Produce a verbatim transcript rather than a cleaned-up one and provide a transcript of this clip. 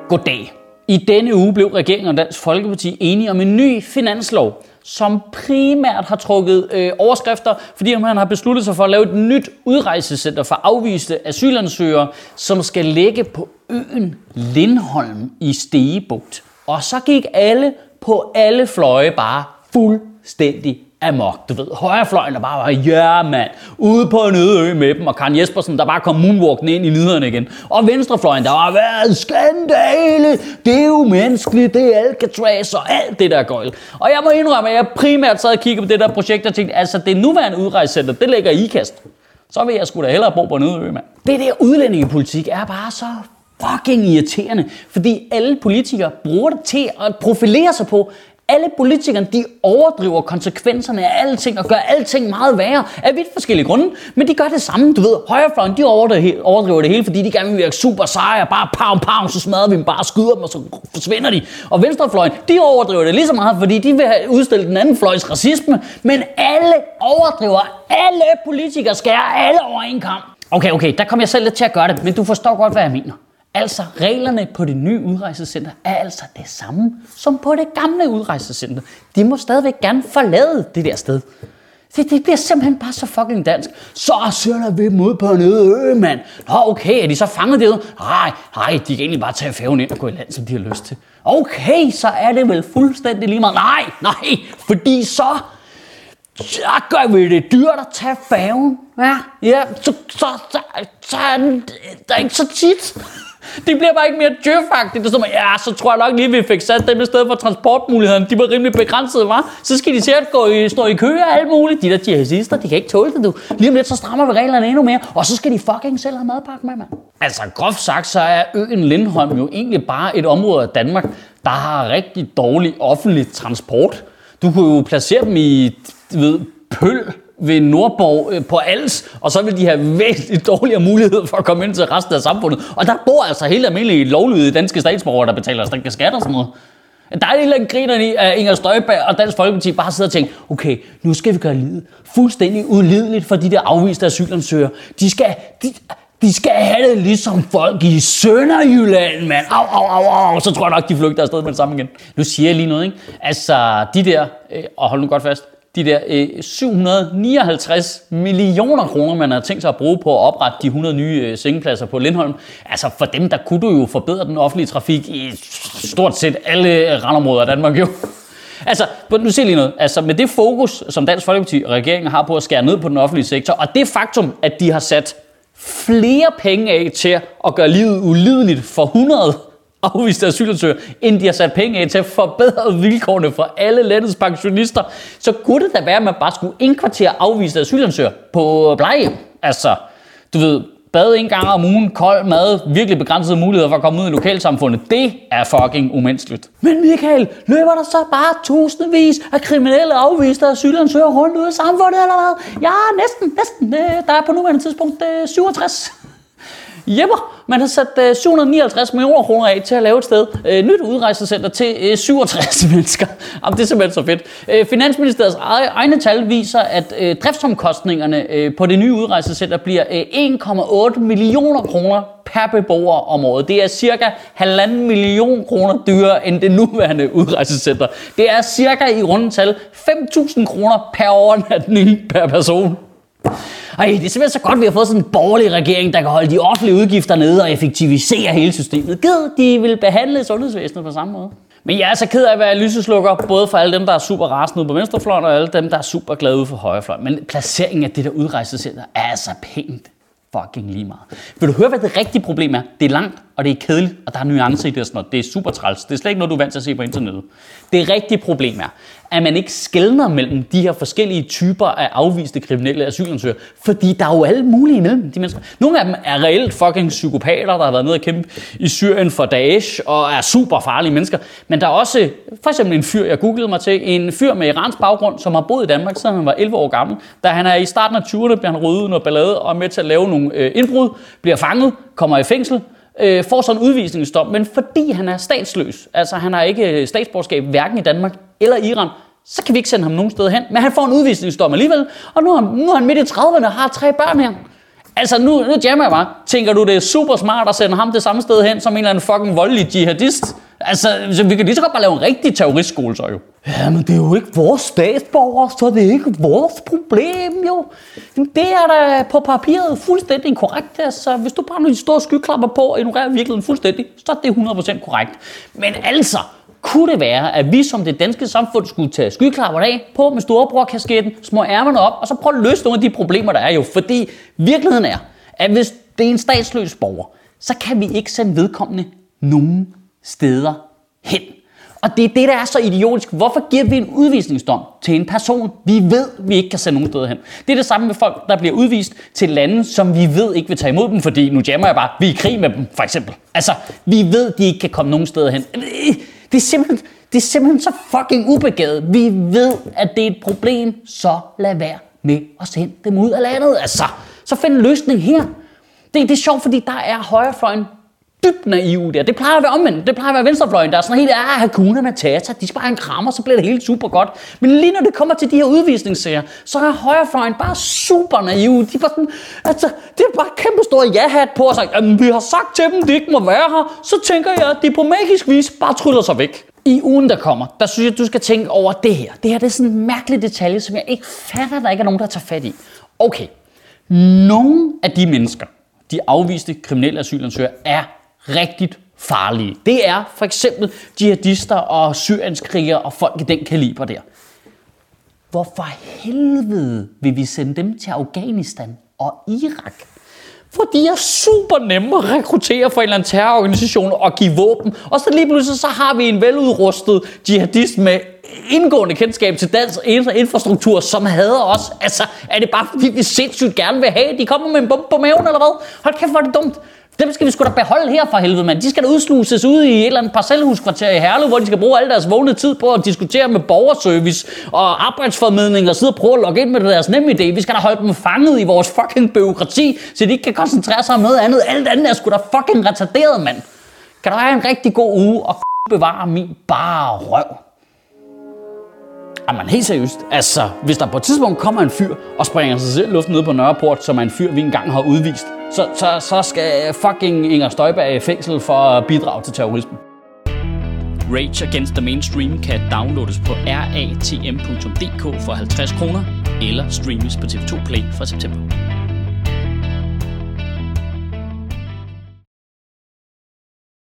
Goddag. I denne uge blev regeringen og Dansk Folkeparti enige om en ny finanslov, som primært har trukket øh, overskrifter, fordi man har besluttet sig for at lave et nyt udrejsecenter for afviste asylansøgere, som skal ligge på øen Lindholm i Stegebugt. Og så gik alle på alle fløje bare fuldstændig amok. Du ved, højrefløjen der bare var, ja mand, ude på en øde ø med dem, og Karen Jespersen, der bare kom moonwalken ind i nyhederne igen. Og venstrefløjen, der var været skandale, det er jo menneskeligt, det er Alcatraz og alt det der gøjl. Og jeg må indrømme, at jeg primært sad og kiggede på det der projekt og tænkte, altså det nuværende udrejsecenter, det ligger i Ikast. Så vil jeg sgu da hellere bo på en øde ø, mand. Det der udlændingepolitik er bare så fucking irriterende, fordi alle politikere bruger det til at profilere sig på. Alle politikerne, de overdriver konsekvenserne af alting og gør alting meget værre af vidt forskellige grunde, men de gør det samme. Du ved, højrefløjen, de overdriver det hele, fordi de gerne vil virke super seje, bare pow, pow, så smadrer vi dem, bare skyder dem, og så forsvinder de. Og venstrefløjen, de overdriver det lige så meget, fordi de vil have udstillet den anden fløjs racisme, men alle overdriver, alle politikere skærer alle over en kamp. Okay, okay, der kommer jeg selv lidt til at gøre det, men du forstår godt, hvad jeg mener. Altså, reglerne på det nye udrejsecenter er altså det samme som på det gamle udrejsecenter. De må stadigvæk gerne forlade det der sted. Det, det bliver simpelthen bare så fucking dansk. Så søger vi dem ud på en øde ø, mand. Nå, okay, er de så fanget derude? Nej, nej, de kan egentlig bare tage færgen ind og gå i land, som de har lyst til. Okay, så er det vel fuldstændig lige meget. Nej, nej, fordi så... Så gør vi det dyrt at tage færgen. Ja, ja, så, så, så, så er det der er ikke så tit. Det bliver bare ikke mere djøfagtigt. Det er som, ja, så tror jeg nok lige, vi fik sat dem i stedet for transportmulighederne. De var rimelig begrænsede, var. Så skal de sikkert gå i, stå i kø og alt muligt. De der jihadister, de kan ikke tåle det, du. Lige om lidt, så strammer vi reglerne endnu mere. Og så skal de fucking selv have madpakke med, mand. Altså, groft sagt, så er øen Lindholm jo egentlig bare et område af Danmark, der har rigtig dårlig offentlig transport. Du kunne jo placere dem i, du ved, Pøl ved Nordborg øh, på Als, og så vil de have væsentligt dårligere mulighed for at komme ind til resten af samfundet. Og der bor altså helt almindelige lovlydige danske statsborgere, der betaler stænke skat og sådan noget. Der er lidt langt griner i, at Inger Støjberg og Dansk Folkeparti bare sidder og tænker, okay, nu skal vi gøre livet fuldstændig ulideligt for de der afviste asylansøgere. De skal... De, De skal have det ligesom folk i Sønderjylland, mand. Au, au, au, au. Så tror jeg nok, de flygter afsted med det samme igen. Nu siger jeg lige noget, ikke? Altså, de der, øh, og hold nu godt fast, de der øh, syv hundrede nioghalvtreds millioner kroner, man har tænkt sig at bruge på at oprette de hundrede nye øh, sengepladser på Lindholm. Altså, for dem, der kunne du jo forbedre den offentlige trafik i stort set alle randområder af Danmark, jo. Altså, nu siger jeg lige noget. Altså, med det fokus, som Dansk Folkeparti og regeringen har på at skære ned på den offentlige sektor, og det faktum, at de har sat flere penge af til at gøre livet ulideligt for hundrede afviste asylansøgere, end de har sat penge af til at forbedre vilkårene for alle landets pensionister, så kunne det da være, at man bare skulle indkvartere afviste asylansøgere på plejehjem. Altså, du ved, bade en gang om ugen, kold mad, virkelig begrænsede muligheder for at komme ud i lokalsamfundet. Det er fucking umenneskeligt. Men Michael, løber der så bare tusindvis af kriminelle afviste asylansøgere rundt ud i samfundet, eller hvad? Ja, næsten, næsten. Der er på nuværende tidspunkt syvogtres. Jepper, man har sat øh, syv hundrede nioghalvtreds millioner kroner af til at lave et sted. Øh, nyt udrejsecenter til øh, syvogtres mennesker. Jamen, det er simpelthen så fedt. Øh, Finansministeriets egne tal viser, at øh, driftsomkostningerne øh, på det nye udrejsecenter bliver øh, en komma otte millioner kroner per beboer om året. Det er cirka halvanden million kroner dyrere end det nuværende udrejsecenter. Det er cirka i rundetal fem tusind kroner per overnatning per person. Ej, det er simpelthen så godt, at vi har fået sådan en borgerlig regering, der kan holde de offentlige udgifter nede og effektivisere hele systemet. Gid, de vil behandle sundhedsvæsenet på samme måde. Men jeg er så ked af at være lyseslukker, både for alle dem, der er super rasende ude på venstrefløjen, og alle dem, der er super glade ude for højrefløjen. Men placeringen af det der udrejsecenter er altså pænt fucking lige meget. Vil du høre, hvad det rigtige problem er? Det er langt, og det er kedeligt, og der er nuancer i det og sådan noget. Det er super træls. Det er slet ikke noget, du er vant til at se på internettet. Det rigtige problem er, at man ikke skelner mellem de her forskellige typer af afviste kriminelle asylansøgere, fordi der er jo alle mulige imellem de mennesker. Nogle af dem er reelt fucking psykopater, der har været nede og kæmpe i Syrien for Daesh, og er super farlige mennesker. Men der er også for eksempel en fyr, jeg googlede mig til, en fyr med iransk baggrund, som har boet i Danmark, siden han var elleve år gammel. Da han er i starten af tyverne, bliver han ryddet noget ballade og er med til at lave nogle øh, indbrud, bliver fanget, kommer i fængsel, øh, får sådan en udvisningsdom, men fordi han er statsløs, altså han har ikke statsborgerskab hverken i Danmark eller Iran, så kan vi ikke sende ham nogen sted hen. Men han får en udvisningsdom alligevel, og nu er han, nu er han midt i trediverne og har tre børn her. Altså, nu, nu jammer jeg bare. Tænker du, det er super smart at sende ham det samme sted hen, som en eller anden fucking voldelig jihadist? Altså, så vi kan lige så godt bare lave en rigtig terroristskole, så jo. Ja, men det er jo ikke vores statsborgere, så det er ikke vores problem, jo. Jamen, det er da på papiret fuldstændig korrekt. Altså, hvis du bare har de store skyklapper på og ignorerer virkeligheden fuldstændig, så er det hundrede procent korrekt. Men altså, kunne det være, at vi som det danske samfund skulle tage skyklapperne af på med storebror-kasketten, små ærmerne op, og så prøve at løse nogle af de problemer, der er jo. Fordi virkeligheden er, at hvis det er en statsløs borger, så kan vi ikke sende vedkommende nogen steder hen. Og det er det, der er så idiotisk. Hvorfor giver vi en udvisningsdom til en person, vi ved, vi ikke kan sende nogen steder hen? Det er det samme med folk, der bliver udvist til lande, som vi ved ikke vil tage imod dem, fordi nu jammer jeg bare, vi er i krig med dem, for eksempel. Altså, vi ved, de ikke kan komme nogen steder hen. Det er simpelthen, det er simpelthen så fucking ubegavet. Vi ved, at det er et problem, så lad være med at sende dem ud af landet. Altså, så find en løsning her. Det, det er sjovt, fordi der er højrefløjen dybt naive der. Det plejer at være omvendt. Det plejer at være venstrefløjen, der er sådan helt, ah, Hakuna Matata, de skal bare have en krammer, så bliver det helt super godt. Men lige når det kommer til de her udvisningssager, så er højrefløjen bare super naive. De er bare sådan, altså, det er bare kæmpe store ja-hat på og sagt, jamen, vi har sagt til dem, de ikke må være her. Så tænker jeg, at de på magisk vis bare tryller sig væk. I ugen, der kommer, der synes jeg, at du skal tænke over det her. Det her, det er sådan en mærkelig detalje, som jeg ikke fatter, der ikke er nogen, der tager fat i. Okay, nogle af de mennesker, de afviste kriminelle asylansøgere, er rigtigt farlige. Det er for eksempel jihadister og syrienskrigere og folk i den kaliber der. Hvorfor helvede vil vi sende dem til Afghanistan og Irak? For de er super nemme at rekruttere for en eller anden terrororganisation og give våben. Og så lige pludselig så har vi en veludrustet jihadist med indgående kendskab til dansk infrastruktur, som hader os. Altså, er det bare fordi vi sindssygt gerne vil have, de kommer med en bombe på maven eller hvad? Hold kæft, hvor er det dumt. Dem skal vi sgu da beholde her for helvede, mand. De skal da udsluses ud i et eller andet parcelhuskvarter i Herlev, hvor de skal bruge al deres vågne tid på at diskutere med borgerservice og arbejdsformidling og sidde og prøve at logge ind med deres nemme idé. Vi skal da holde dem fanget i vores fucking bureaukrati, så de ikke kan koncentrere sig om noget andet. Alt andet er sgu da fucking retarderet, mand. Kan der være en rigtig god uge og bevare min bare røv? Jamen helt seriøst, altså hvis der på et tidspunkt kommer en fyr og springer sig selv luften ned på Nørreport, som er en fyr, vi engang har udvist, så, så, så skal fucking Inger Støjberg i fængsel for at bidrage til terrorisme. Rage Against the Mainstream kan downloades på r a t m punktum d k for halvtreds kroner eller streames på T V to Play fra september.